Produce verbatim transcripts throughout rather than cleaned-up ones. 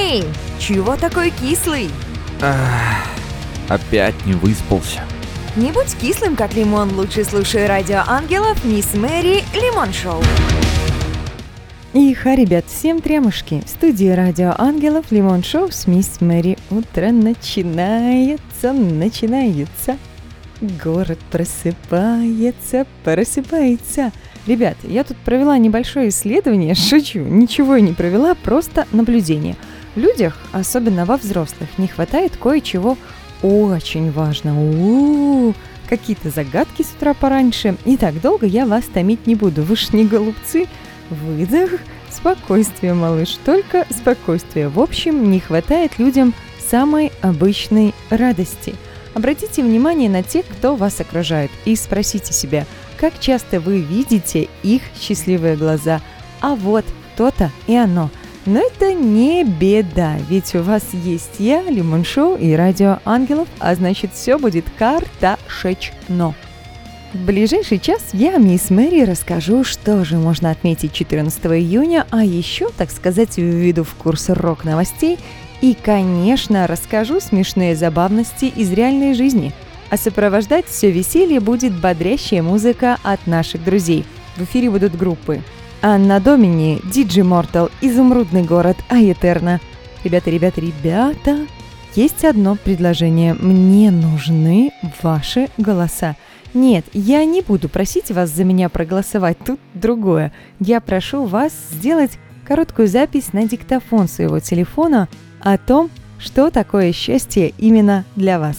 Эй, чего такой кислый? Ах, опять не выспался. Не будь кислым, как лимон, лучше слушай Радио Ангелов, Мисс Мэри, Лимон Шоу. Иха, ребят, всем трямушки. В студии Радио Ангелов, Лимон Шоу с Мисс Мэри. Утро начинается, начинается. Город просыпается, просыпается. Ребят, я тут провела небольшое исследование, шучу, ничего я не провела, просто наблюдение. В людях, особенно во взрослых, не хватает кое-чего очень важного. У-у-у, какие-то загадки с утра пораньше. И так долго я вас томить не буду, вы ж не голубцы. Выдох, спокойствие, малыш, только спокойствие. В общем, не хватает людям самой обычной радости. Обратите внимание на тех, кто вас окружает, и спросите себя, как часто вы видите их счастливые глаза. А вот то-то и оно. Но это не беда, ведь у вас есть я, Лимон Шоу и Радио Ангелов, а значит все будет карташечно. В ближайший час я, мисс Мэри, расскажу, что же можно отметить четырнадцатого июня, а еще, так сказать, введу в курс рок-новостей и, конечно, расскажу смешные забавности из реальной жизни. А сопровождать все веселье будет бодрящая музыка от наших друзей. В эфире будут группы Анна Домини, Диджи Мортал, Изумрудный город, Аэтерна. Ребята, ребята, ребята, есть одно предложение. Мне нужны ваши голоса. Нет, я не буду просить вас за меня проголосовать, тут другое. Я прошу вас сделать короткую запись на диктофон своего телефона о том, что такое счастье именно для вас.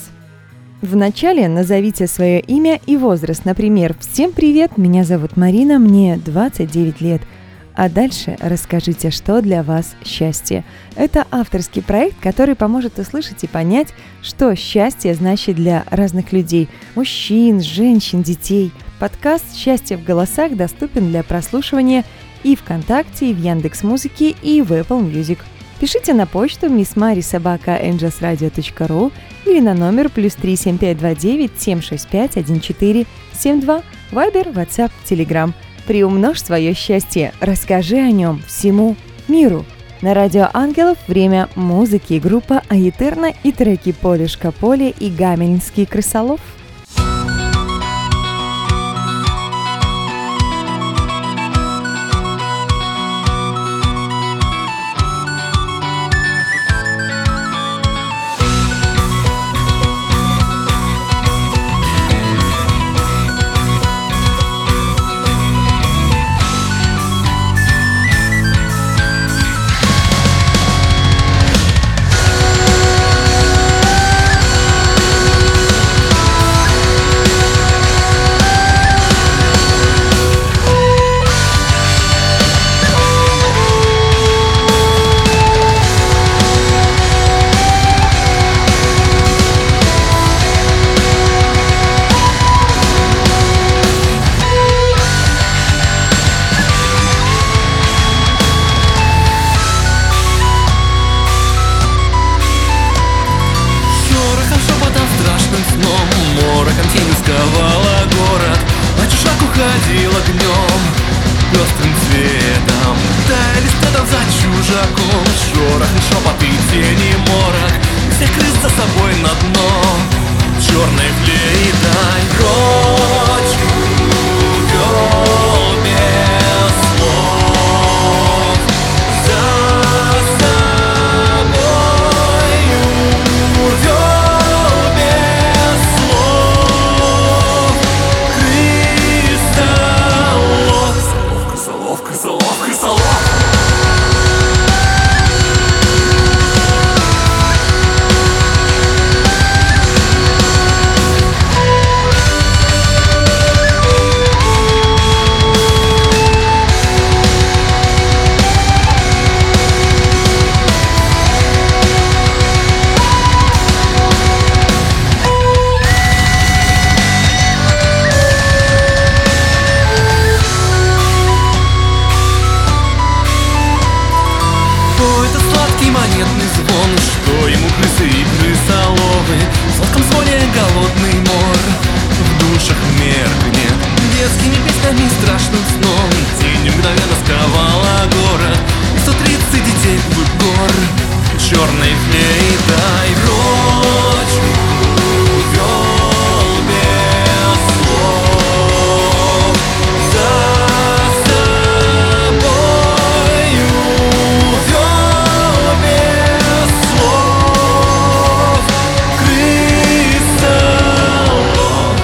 Вначале назовите свое имя и возраст. Например, «Всем привет, меня зовут Марина, мне двадцать девять лет». А дальше расскажите, что для вас счастье. Это авторский проект, который поможет услышать и понять, что счастье значит для разных людей. Мужчин, женщин, детей. Подкаст «Счастье в голосах» доступен для прослушивания и ВКонтакте, и в Яндекс.Музыке, и в Apple Music. Пишите на почту мисс мари собака энджелс радио точка ру или на номер плюс три семь пять два девять семь шесть пять один четыре семь два, Вайбер, WhatsApp, Telegram. Приумножь свое счастье, расскажи о нем всему миру. На Радио Ангелов время музыки, группа Аэтерна и треки Полюшка Поле и Гамельнский крысолов. черной флейтой. Прочь увел без слов, за собою увел без слов крысолов.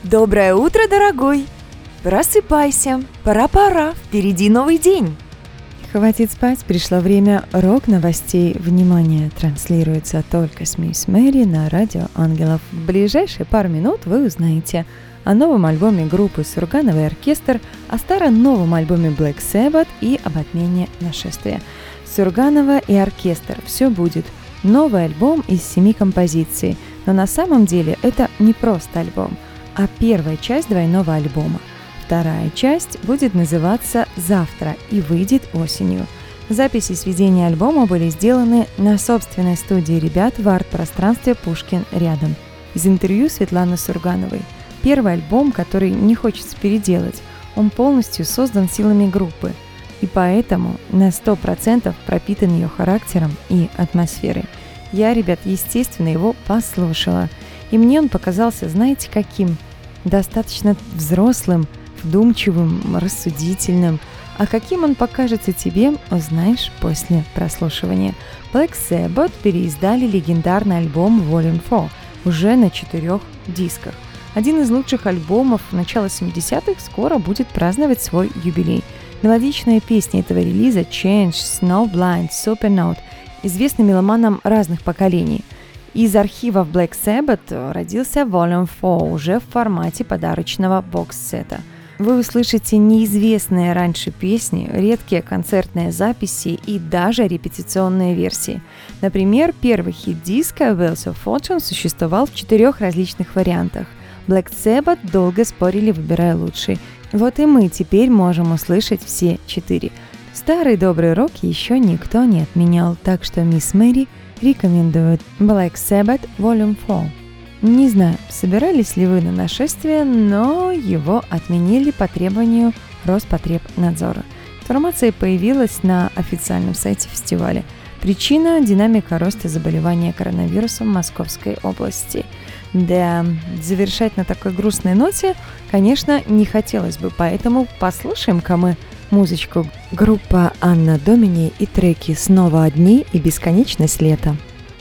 Доброе утро, дорогой! Просыпайся, пора-пора, впереди новый день. Хватит спать, пришло время рок-новостей. Внимание, транслируется только с Мисс Мэри на Радио Ангелов. В ближайшие пару минут вы узнаете о новом альбоме группы «Сурганова и оркестр», о старом новом альбоме Black Sabbath и об отмене нашествия. «Сурганова и оркестр» – все будет. Новый альбом из семи композиций. Но на самом деле это не просто альбом, а первая часть двойного альбома. Вторая часть будет называться «Завтра» и выйдет осенью. Записи сведения альбома были сделаны на собственной студии ребят в арт-пространстве «Пушкин рядом». Из интервью Светланы Сургановой. Первый альбом, который не хочется переделать, он полностью создан силами группы, и поэтому на сто процентов пропитан ее характером и атмосферой. Я, ребят, естественно, его послушала, и мне он показался, знаете, каким? Достаточно взрослым, вдумчивым, рассудительным. А каким он покажется тебе, узнаешь после прослушивания. Black Sabbath переиздали легендарный альбом Volume четыре уже на четырех дисках. Один из лучших альбомов начала семидесятых скоро будет праздновать свой юбилей. Мелодичные песни этого релиза Change, Snowblind, Supernote известны меломанам разных поколений. Из архивов Black Sabbath родился Volume четыре уже в формате подарочного бокс-сета. Вы услышите неизвестные раньше песни, редкие концертные записи и даже репетиционные версии. Например, первый хит диска Wheels of Fortune существовал в четырех различных вариантах. Black Sabbath долго спорили, выбирая лучший. Вот и мы теперь можем услышать все четыре. Старый добрый рок еще никто не отменял, так что Мисс Мэри рекомендует Black Sabbath Volume четыре. Не знаю, собирались ли вы на нашествие, но его отменили по требованию Роспотребнадзора. Информация появилась на официальном сайте фестиваля. Причина – динамика роста заболевания коронавирусом в Московской области. Да, завершать на такой грустной ноте, конечно, не хотелось бы, поэтому послушаем-ка мы музычку. Группа Анна Домини и треки «Снова одни» и «Бесконечность лета».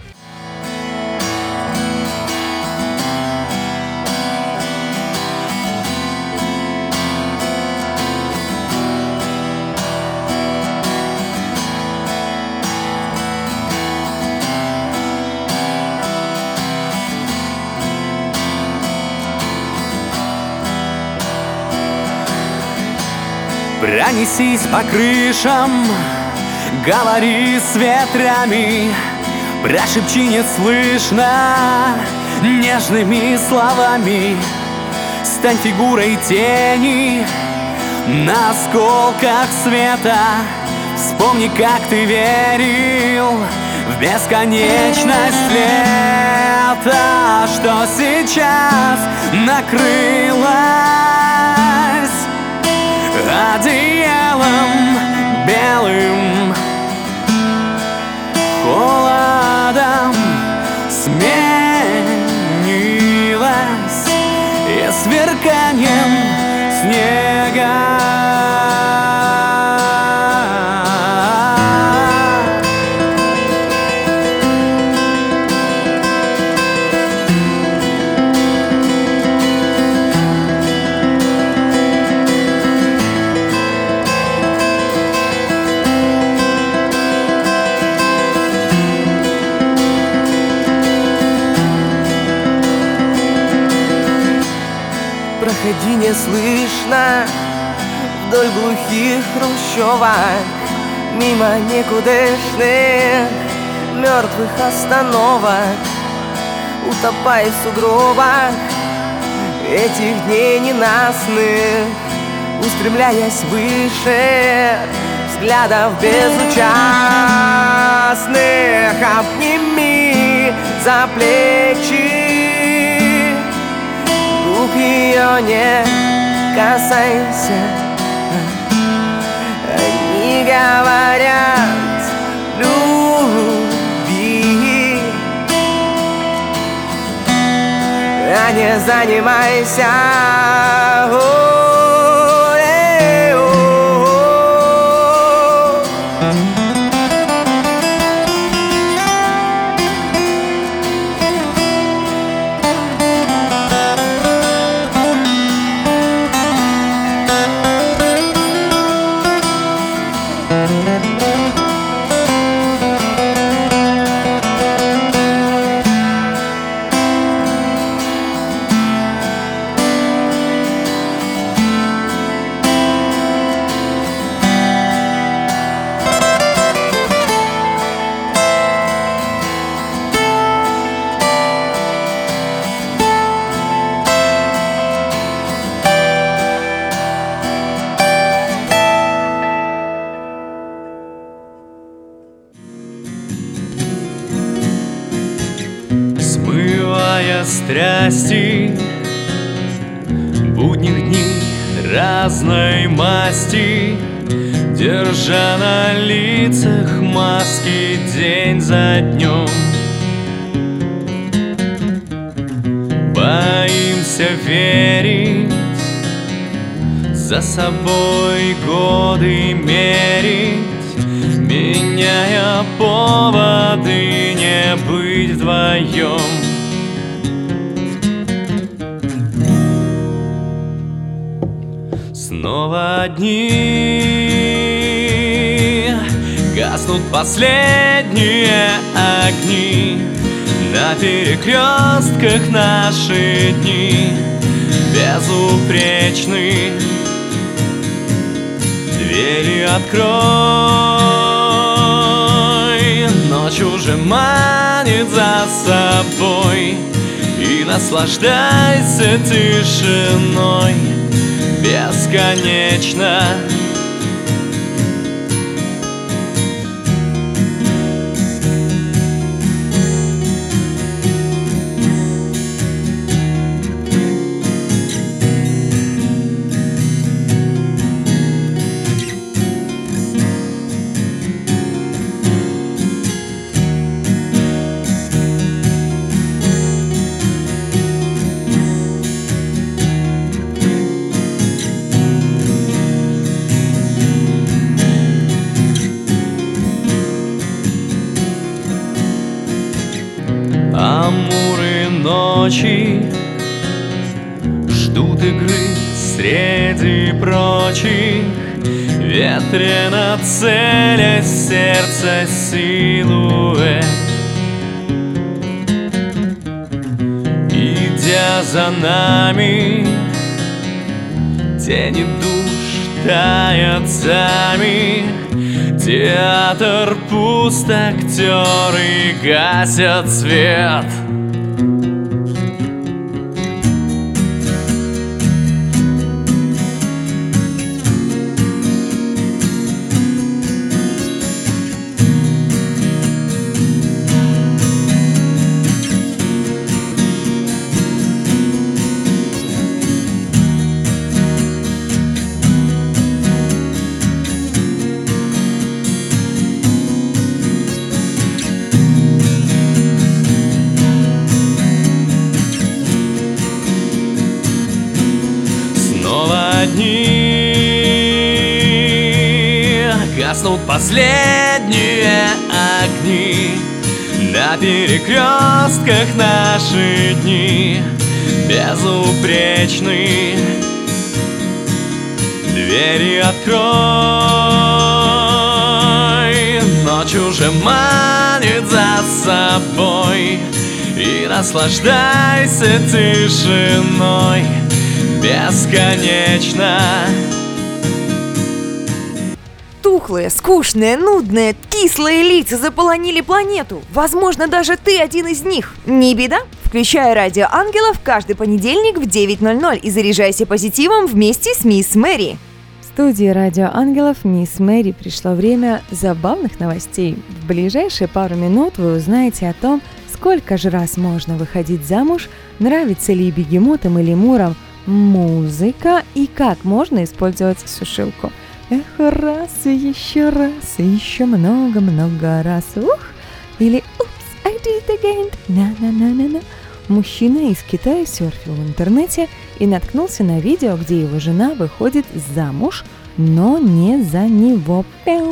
Пронесись по крышам, говори с ветрами, прошепчи не слышно нежными словами. Стань фигурой тени на осколках света. Вспомни, как ты верил в бесконечность лета, что сейчас накрылось одеялом белым, холодом сменилось и сверканием снега. Проходи неслышно вдоль глухих хрущевок, мимо никудышных мертвых остановок, утопай в сугробах этих дней ненастных, устремляясь выше взглядов безучастных. Обними за плечи, губ ее не касайся. Они говорят любви, а не занимайся. Ожидая страсти, будних дней разной масти, держа на лицах маски день за днем. Боимся верить, за собой годы мерить, меняя поводы, не быть вдвоем. Снова одни, гаснут последние огни, на перекрестках наши дни безупречны. Двери открой, ночь уже манит за собой, и наслаждайся тишиной бесконечно. Амуры ночи ждут игры среди прочих, ветрено целясь в сердце силуэт. Идя за нами, тени душ таят сами, театр пуст, актеры гасят свет. Одни, гаснут последние огни, на перекрестках наши дни безупречны. Двери открой, ночь уже манит за собой, и наслаждайся тишиной бесконечно. Тухлые, скучные, нудные, кислые лица заполонили планету. Возможно, даже ты один из них. Не беда. Включай Радио Ангелов каждый понедельник в девять ноль ноль и заряжайся позитивом вместе с мисс Мэри. В студии Радио Ангелов мисс Мэри пришло время забавных новостей. В ближайшие пару минут вы узнаете о том, сколько же раз можно выходить замуж, нравится ли бегемотам или мурам музыка и как можно использовать сушилку. Эх, раз и еще раз, и еще много-много раз. Ух! Или «Oops, I did it again!» На-на-на-на-на. Мужчина из Китая серфил в интернете и наткнулся на видео, где его жена выходит замуж, но не за него.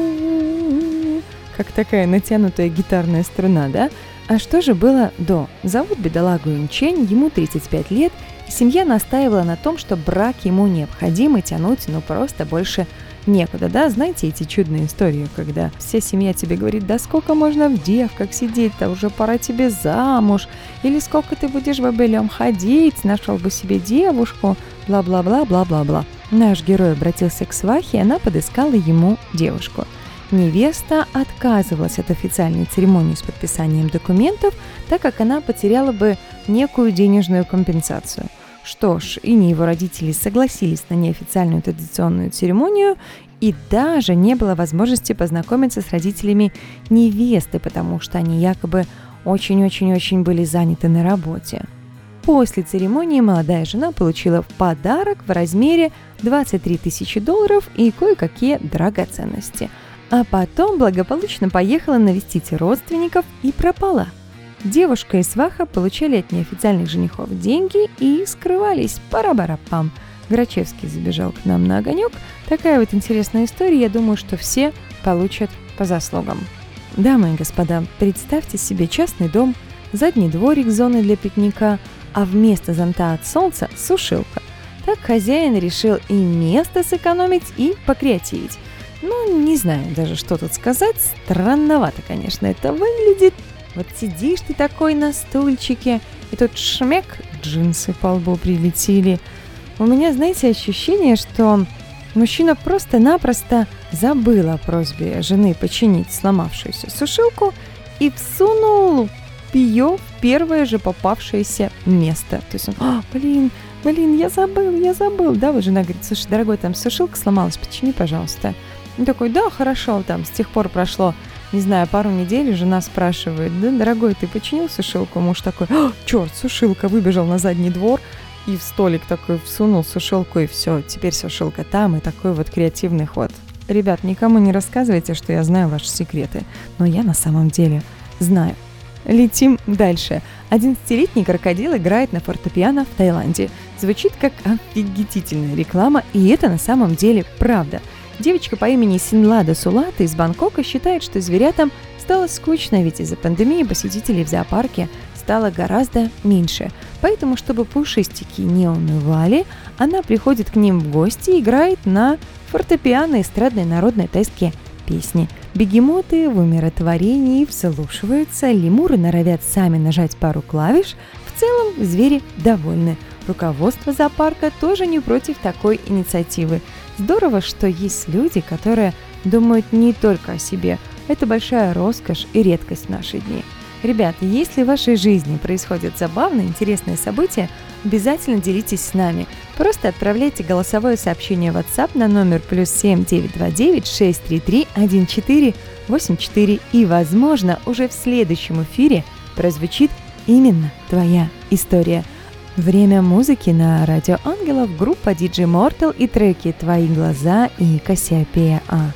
Как такая натянутая гитарная струна, да? А что же было до? Зовут бедолагу Инчень, ему тридцать пять лет, и семья настаивала на том, что брак ему необходим и тянуть, ну, просто больше некуда, да? Знаете эти чудные истории, когда вся семья тебе говорит: да сколько можно в девках сидеть-то, уже пора тебе замуж, или сколько ты будешь бобылем ходить, нашел бы себе девушку, бла-бла-бла-бла-бла-бла. Наш герой обратился к свахе, и она подыскала ему девушку. Невеста отказывалась от официальной церемонии с подписанием документов, так как она потеряла бы некую денежную компенсацию. Что ж, Ини и его родители согласились на неофициальную традиционную церемонию, и даже не было возможности познакомиться с родителями невесты, потому что они якобы очень-очень-очень были заняты на работе. после церемонии молодая жена получила в подарок в размере двадцать три тысячи долларов и кое-какие драгоценности. А потом благополучно поехала навестить родственников и пропала. Девушка и сваха получали от неофициальных женихов деньги и скрывались. Пара-бара-пам. Грачевский забежал к нам на огонек. Такая вот интересная история. Я думаю, что все получат по заслугам. Дамы и господа, представьте себе частный дом, задний дворик с зоной для пикника, а вместо зонта от солнца – сушилка. Так хозяин решил и место сэкономить, и покреативить. Ну, не знаю даже, что тут сказать. Странновато, конечно, это выглядит. Вот сидишь ты такой на стульчике, и тут шмяк, джинсы по лбу прилетели. У меня, знаете, ощущение, что мужчина просто-напросто забыл о просьбе жены починить сломавшуюся сушилку и всунул ее в первое же попавшееся место. То есть он, а, блин, блин, я забыл, я забыл. Да, вот жена говорит, слушай, дорогой, там сушилка сломалась, почини, пожалуйста. Он такой, да, хорошо, там с тех пор прошло, не знаю, пару недель, жена спрашивает, да, дорогой, ты починил сушилку? Муж такой, а, черт, сушилка, выбежал на задний двор и в столик такой всунул сушилку, и все, теперь сушилка там, и такой вот креативный ход. Ребят, никому не рассказывайте, что я знаю ваши секреты, но я на самом деле знаю. Летим дальше. одиннадцатилетний крокодил играет на фортепиано в Таиланде. Звучит как офигительная реклама, и это на самом деле правда. Девочка по имени Синлада Сулата из Бангкока считает, что зверятам стало скучно, ведь из-за пандемии посетителей в зоопарке стало гораздо меньше. Поэтому, чтобы пушистики не унывали, она приходит к ним в гости и играет на фортепиано эстрадные народные тайские песни. Бегемоты в умиротворении вслушиваются, лемуры норовят сами нажать пару клавиш. В целом звери довольны. Руководство зоопарка тоже не против такой инициативы. Здорово, что есть люди, которые думают не только о себе. Это большая роскошь и редкость в наши дни. Ребята, если в вашей жизни происходят забавные, интересные события, обязательно делитесь с нами. Просто отправляйте голосовое сообщение в WhatsApp на номер плюс семь девятьсот двадцать девять шестьсот тридцать три одиннадцать четыре восемьдесят четыре, и, возможно, уже в следующем эфире прозвучит именно твоя история. Время музыки на Радио Ангелов, группа ди джей Mortal и треки «Твои глаза» и «Кассиопея А».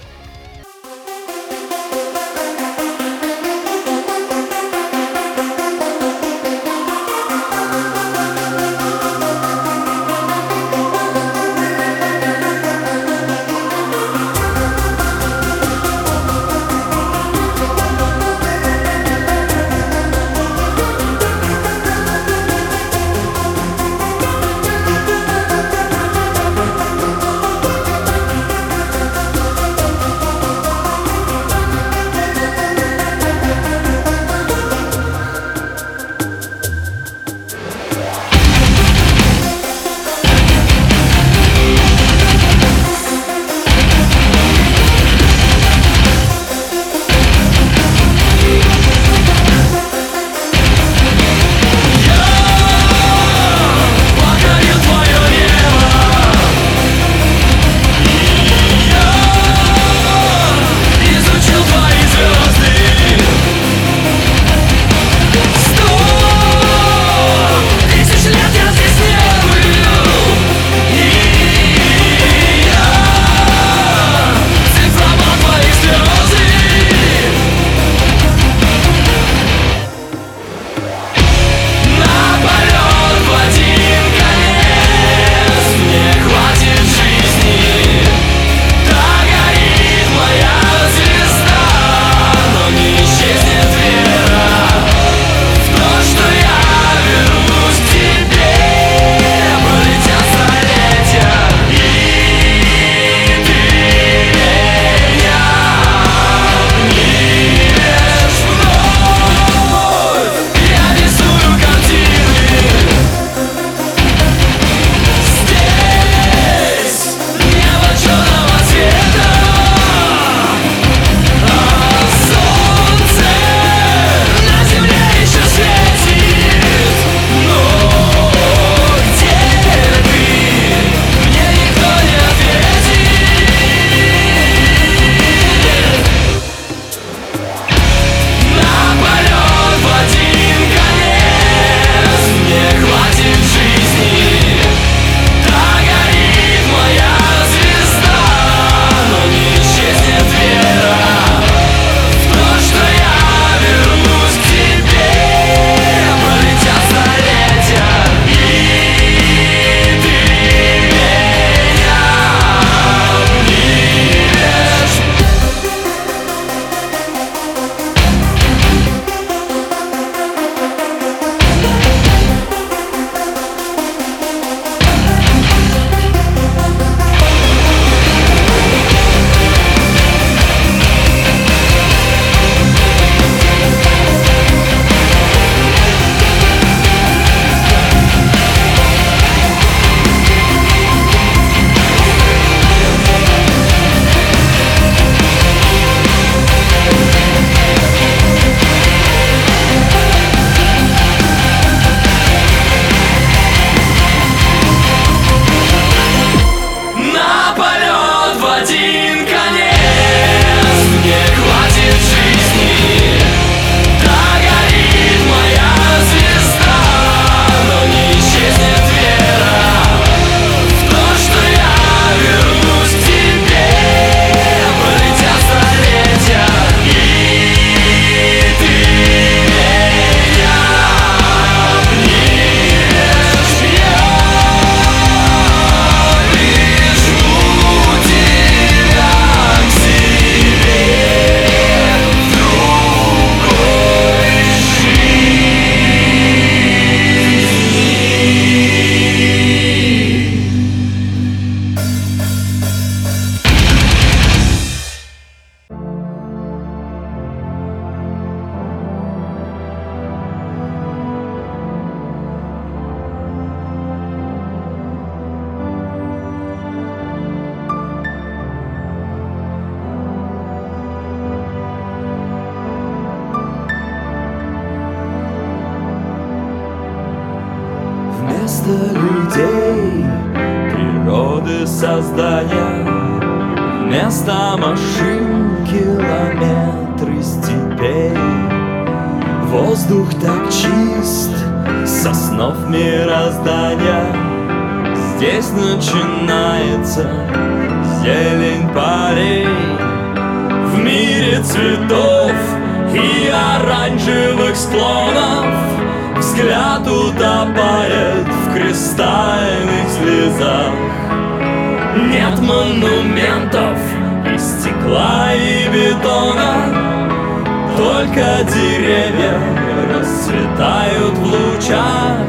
вместо людей, природы создания, вместо машин километры степей. Воздух так чист, со снов мироздания. Здесь начинается зелень полей. В мире цветов и оранжевых склонов взгляд утопает в кристальных слезах. Нет монументов из стекла и бетона, только деревья расцветают в лучах.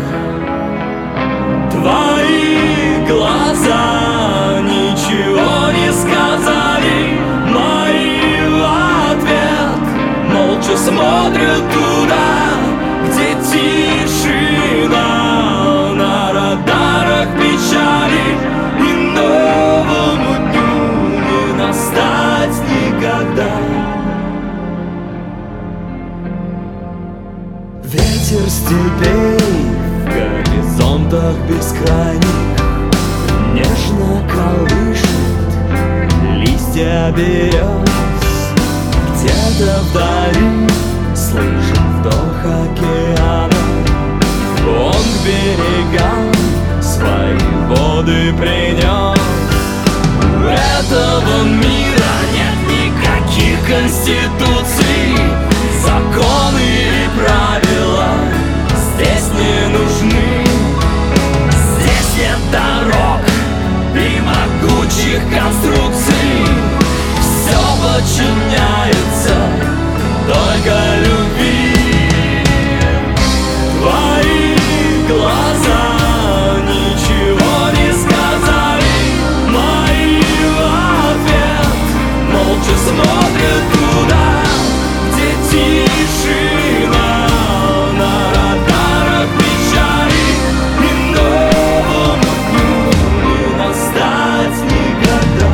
Твои глаза ничего не сказали, мои в ответ молча смотрят туда, где тишина, на радарах печали, и новому дню не настать никогда. Ветер степей в горизонтах бескрайних нежно колышет листья берез. Где-то вдали слышен вдох океана, он к берегам свои воды принес. У этого мира нет никаких конституций, законы и правила здесь не нужны. Здесь нет дорог и могучих конструкций, все подчиняется только любви. Твои глаза ничего не сказали, мои в ответ молча смотрят туда, где тишина, на радарах печали, и новому дню не настать никогда.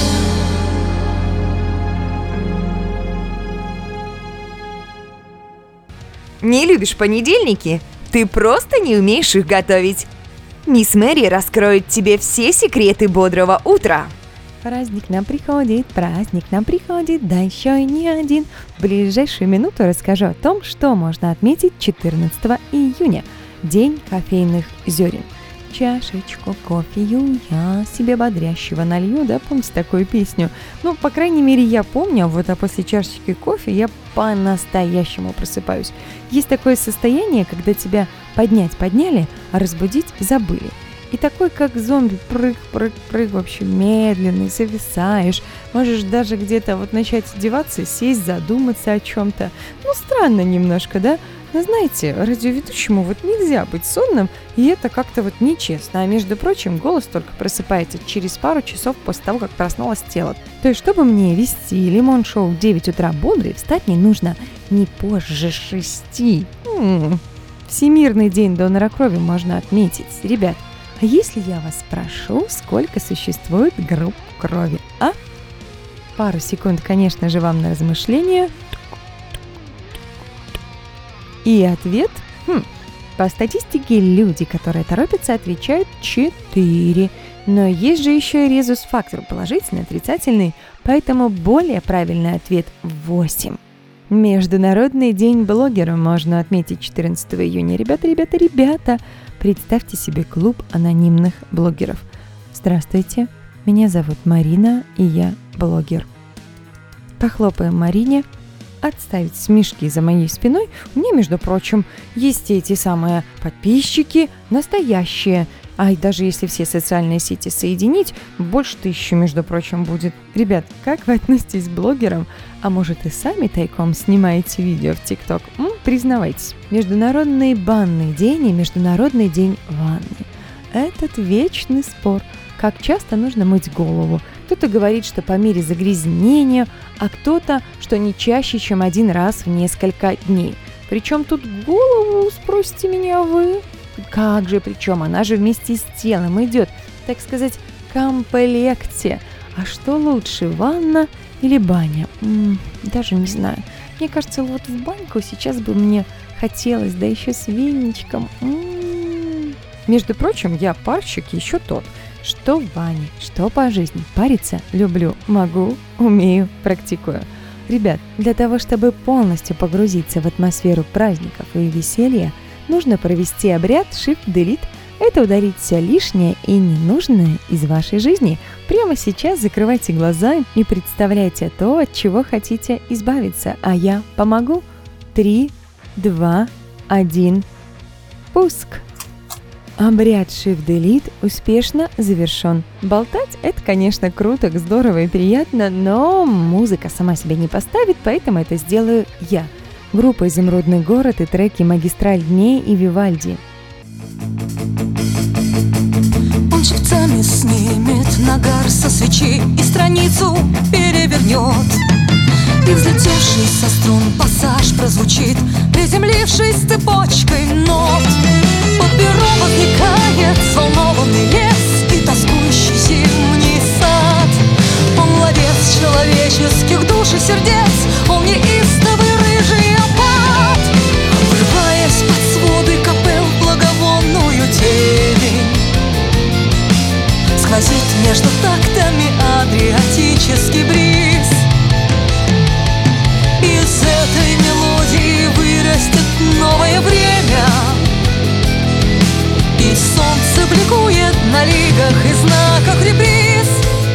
Не любишь понедельники? Ты просто не умеешь их готовить. Мисс Мэри раскроет тебе все секреты бодрого утра. Праздник нам приходит, праздник нам приходит, да еще и не один. В ближайшую минуту расскажу о том, что можно отметить четырнадцатого июня, День кофейных зерен. Чашечку кофею я себе бодрящего налью, да, помните такую песню? Ну, по крайней мере, я помню, вот, а после чашечки кофе я по-настоящему просыпаюсь. Есть такое состояние, когда тебя поднять подняли, а разбудить забыли. И такой, как зомби, прыг-прыг-прыг, вообще медленный, зависаешь. Можешь даже где-то вот начать одеваться, сесть, задуматься о чем-то. Ну, странно немножко, да? Но знаете, радиоведущему вот нельзя быть сонным, и это как-то вот нечестно. А между прочим, голос только просыпается через пару часов после того, как проснулось тело. То есть, чтобы мне вести лимон-шоу в девять утра бодрый, встать не нужно не позже шести. М-м. Всемирный день донора крови можно отметить. Ребят, а если я вас спрошу, сколько существует групп крови, а? Пару секунд, конечно же, вам на размышление. И ответ? Хм, по статистике, люди, которые торопятся, отвечают четыре. Но есть же еще и резус-фактор, положительный, отрицательный, поэтому более правильный ответ восемь. Международный день блогера можно отметить четырнадцатого июня. Ребята, ребята, ребята, представьте себе клуб анонимных блогеров. Здравствуйте, меня зовут Марина, и я блогер. Похлопаем Марине. Отставить смешки за моей спиной. У меня, между прочим, есть эти самые подписчики, настоящие. А и даже если все социальные сети соединить, больше тысячи, между прочим, будет. Ребят, как вы относитесь к блогерам? А может и сами тайком снимаете видео в ТикТок? М, признавайтесь. Международный банный день и Международный день ванны. Этот вечный спор. Как часто нужно мыть голову? Кто-то говорит, что по мере загрязнения, а кто-то, что не чаще, чем один раз в несколько дней. Причем тут голову, спросите меня вы? Как же, причем она же вместе с телом идет, так сказать, в комплекте. А что лучше, ванна или баня? М-м, даже не знаю. Мне кажется, вот в баньку сейчас бы мне хотелось, да еще с веничком. М-м-м. Между прочим, я парщик еще тот. Что в бане, что по жизни. Париться люблю, могу, умею, практикую. Ребят, для того, чтобы полностью погрузиться в атмосферу праздников и веселья, нужно провести обряд Shift-Delete. Это удалить все лишнее и ненужное из вашей жизни. Прямо сейчас закрывайте глаза и представляйте то, от чего хотите избавиться. А я помогу. Три, два, один. Пуск. Обряд Shift-Delete успешно завершен. Болтать – это, конечно, круто, здорово и приятно, но музыка сама себя не поставит, поэтому это сделаю я. Группа «Изумрудный город» и треки «Магистраль дней» и «Вивальди». Он щипцами снимет нагар со свечи и страницу перевернет. И взлетевший со струн пассаж прозвучит, приземлившись цепочкой нот. Под пером возникает взволнованный лес и тоскующий зимний сад. Он ловец человеческих душ и сердец, он неистовый рыжий аббат. Врываясь под своды капелл в благовонную темень, сквозит между тактами адриатический бриз. Из этой мелодии вырастет новое время, и солнце бликует на лигах и знаках реприз.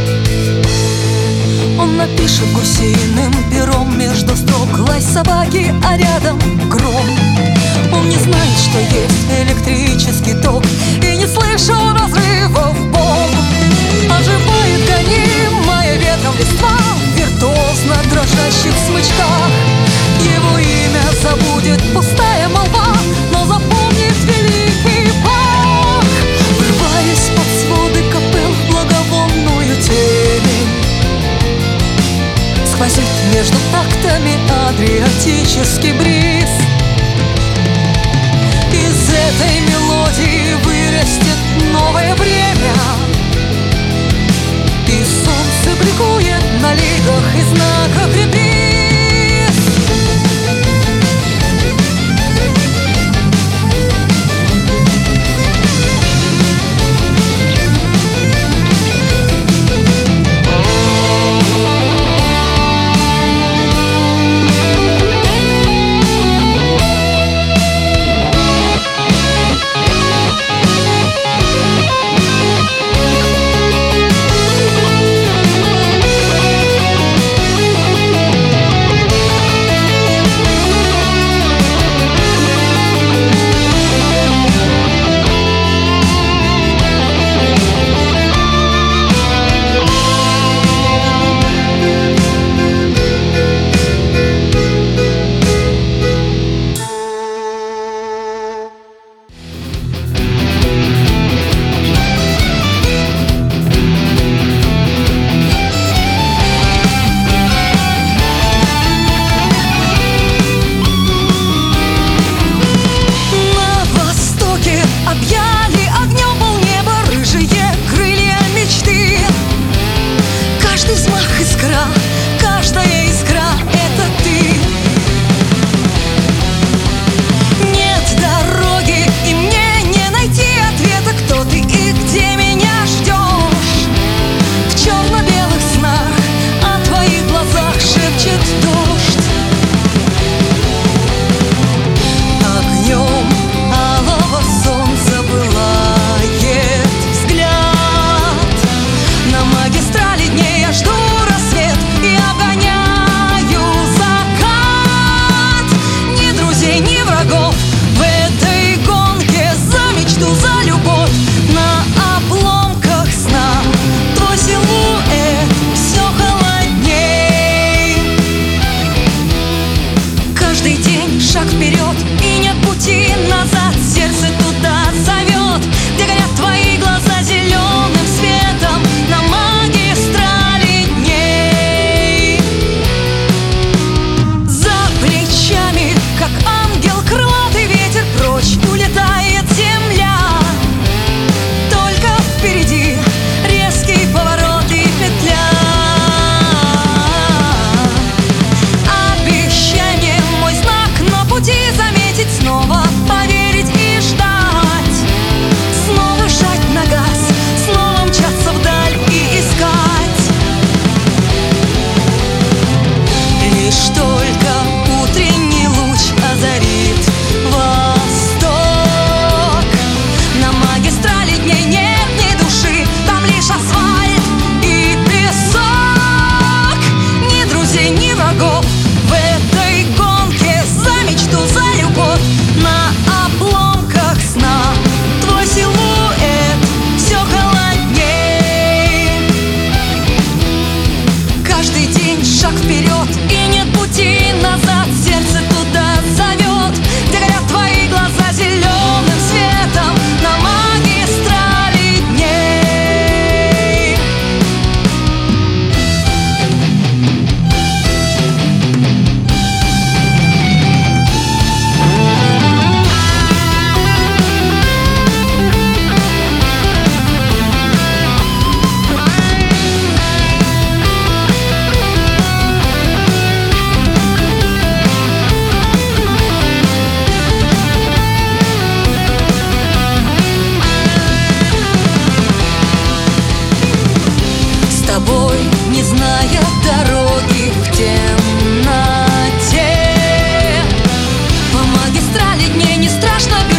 Он напишет гусиным пером между строк лай собаки, а рядом гром. Он не знает, что есть электрический ток, и не слышал разрывов бомб. Оживает гонимая ветром листва, виртуозно дрожащих смычках. Его имя забудет пустая молва, но запомнит великий Бог. Врываясь под своды капелл в благовонную темень, сквозит между тактами адриатический бриз. Из этой мелодии вырастет новое время, и солнце бликует на лигах и знаках реприз.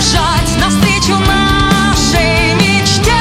бежать навстречу нашей мечте.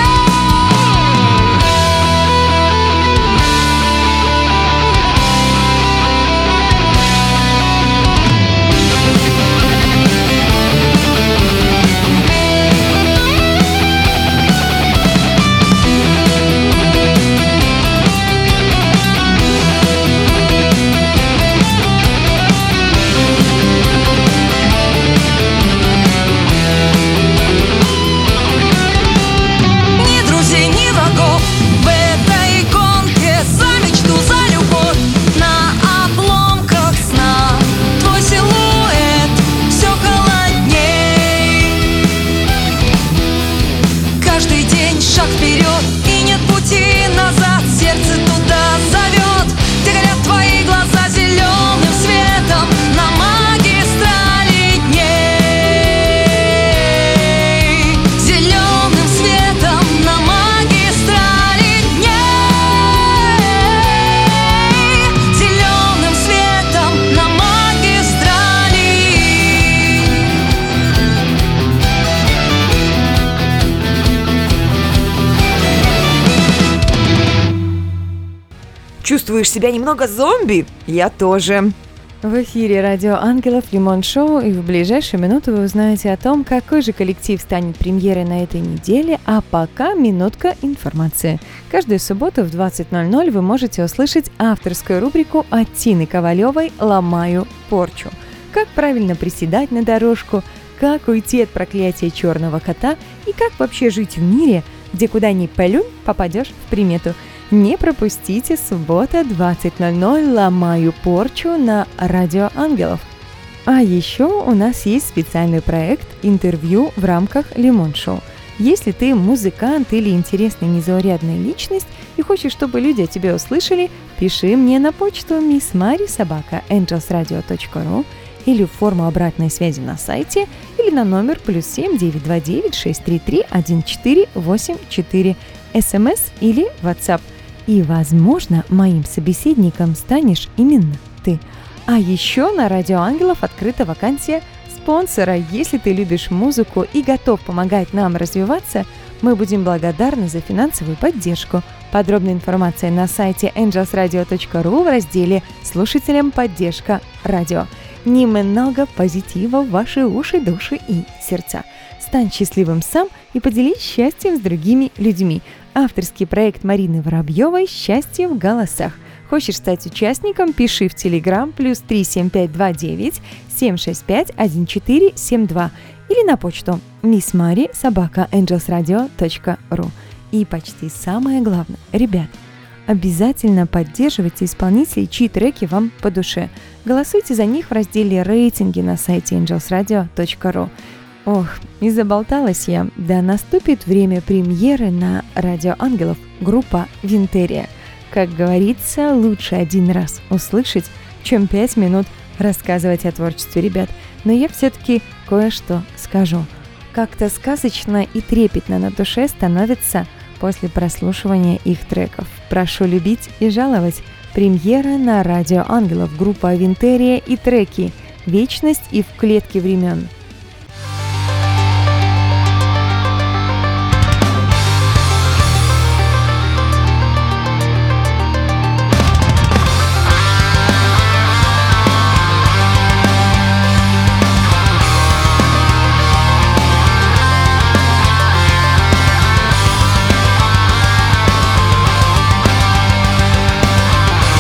Чувствуешь себя немного зомби? Я тоже. В эфире радио Ангелов Лимон Шоу, и в ближайшую минуту вы узнаете о том, какой же коллектив станет премьерой на этой неделе, а пока минутка информации. Каждую субботу в двадцать ноль ноль вы можете услышать авторскую рубрику от Тины Ковалевой «Ломаю порчу». Как правильно приседать на дорожку, как уйти от проклятия черного кота и как вообще жить в мире, где куда ни плюнь, попадешь в примету. Не пропустите, суббота, двадцать ноль ноль, «Ломаю порчу» на Радио Ангелов. А еще у нас есть специальный проект «Интервью» в рамках Лимон Шоу. Если ты музыкант или интересная незаурядная личность и хочешь, чтобы люди о тебе услышали, пиши мне на почту мисс мари собака энджелс радио точка ру или в форму обратной связи на сайте, или на номер плюс семь девятьсот двадцать девять шестьсот тридцать три одиннадцать четыре восемь четыре, СМС или WhatsApp. И, возможно, моим собеседником станешь именно ты. А еще на Радио Ангелов открыта вакансия спонсора. Если ты любишь музыку и готов помогать нам развиваться, мы будем благодарны за финансовую поддержку. Подробная информация на сайте энджелс радио точка ру в разделе «Слушателям поддержка радио». Немного позитива в ваши уши, души и сердца. Стань счастливым сам и поделись счастьем с другими людьми. Авторский проект Марины Воробьевой «Счастье в голосах». Хочешь стать участником? Пиши в Телеграм плюс три семь пять два девять семь шесть пять один четыре семь два или на почту мисс мари собака энджелс радио точка ру. И почти самое главное, ребят, обязательно поддерживайте исполнителей, чьи треки вам по душе. Голосуйте за них в разделе «Рейтинги» на сайте энджелс радио точка ру. Ох, и заболталась я. Да наступит время премьеры на Радио Ангелов группа «Винтерия». Как говорится, лучше один раз услышать, чем пять минут рассказывать о творчестве ребят. Но я все-таки кое-что скажу. Как-то сказочно и трепетно на душе становится после прослушивания их треков. Прошу любить и жаловать. Премьера на Радио Ангелов, группа «Винтерия» и треки «Вечность» и «В клетке времен».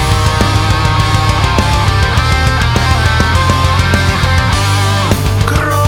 Кровь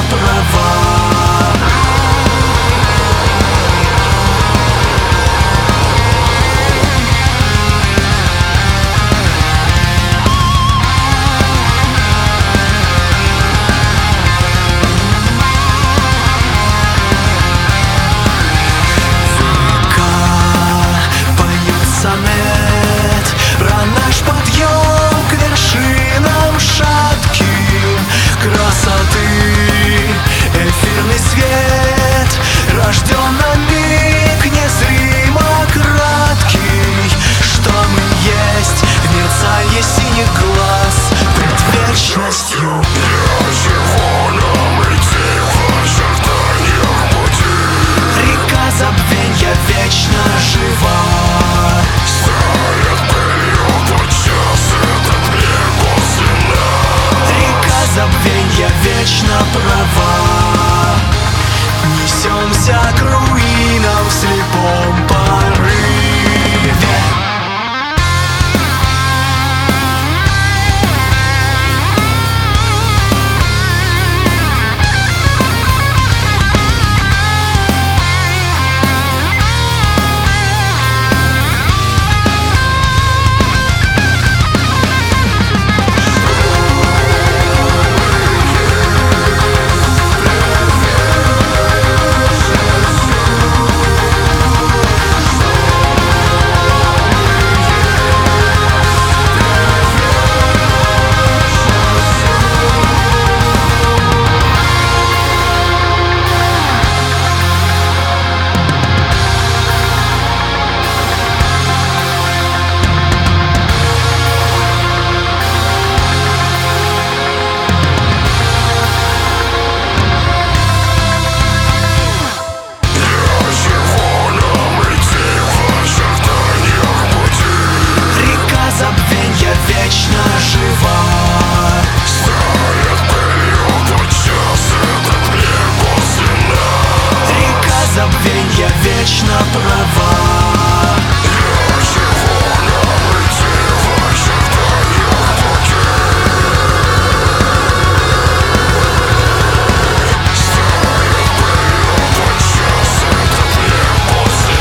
права. Забвенья вечно права. Несемся к руинам в слепом порыве. Вечно жива. Стает пылью подчас этот мир после нас. Река забвенья вечно права. Для чего нам идти в очертаниях пути? Стает пылью подчас этот мир после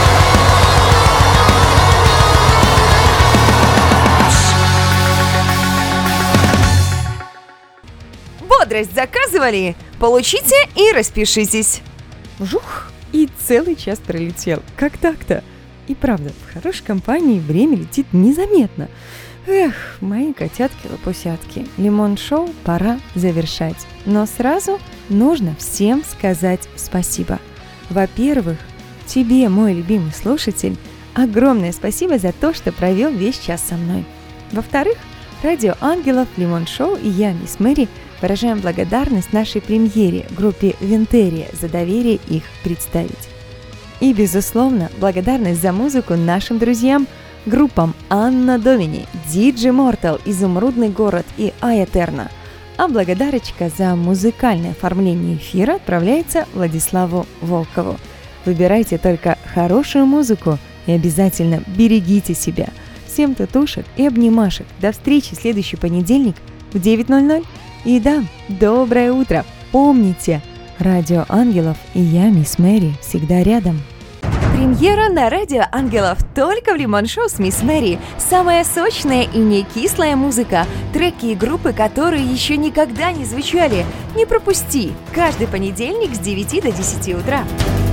Бодрость заказывали? Получите и распишитесь. Жух! И целый час пролетел. Как так-то? И правда, в хорошей компании время летит незаметно. Эх, мои котятки-лопусятки. Лимон-шоу пора завершать. Но сразу нужно всем сказать спасибо. Во-первых, тебе, мой любимый слушатель, огромное спасибо за то, что провел весь час со мной. Во-вторых, Радио Ангелов, Лимон-шоу и я, мисс Мэри, выражаем благодарность нашей премьере, группе Винтерия, за доверие их представить. И, безусловно, благодарность за музыку нашим друзьям, группам Анна Домини, Диджи Мортал, Изумрудный город и Аэтерна. А благодарочка за музыкальное оформление эфира отправляется Владиславу Волкову. Выбирайте только хорошую музыку и обязательно берегите себя. Всем татушек и обнимашек. До встречи в следующий понедельник в девять ноль ноль. И да, доброе утро! Помните, Радио Ангелов и я, мисс Мэри, всегда рядом. Премьера на Радио Ангелов только в Лимон-шоу с мисс Мэри. Самая сочная и не кислая музыка. Треки и группы, которые еще никогда не звучали. Не пропусти! Каждый понедельник с девяти до десяти утра.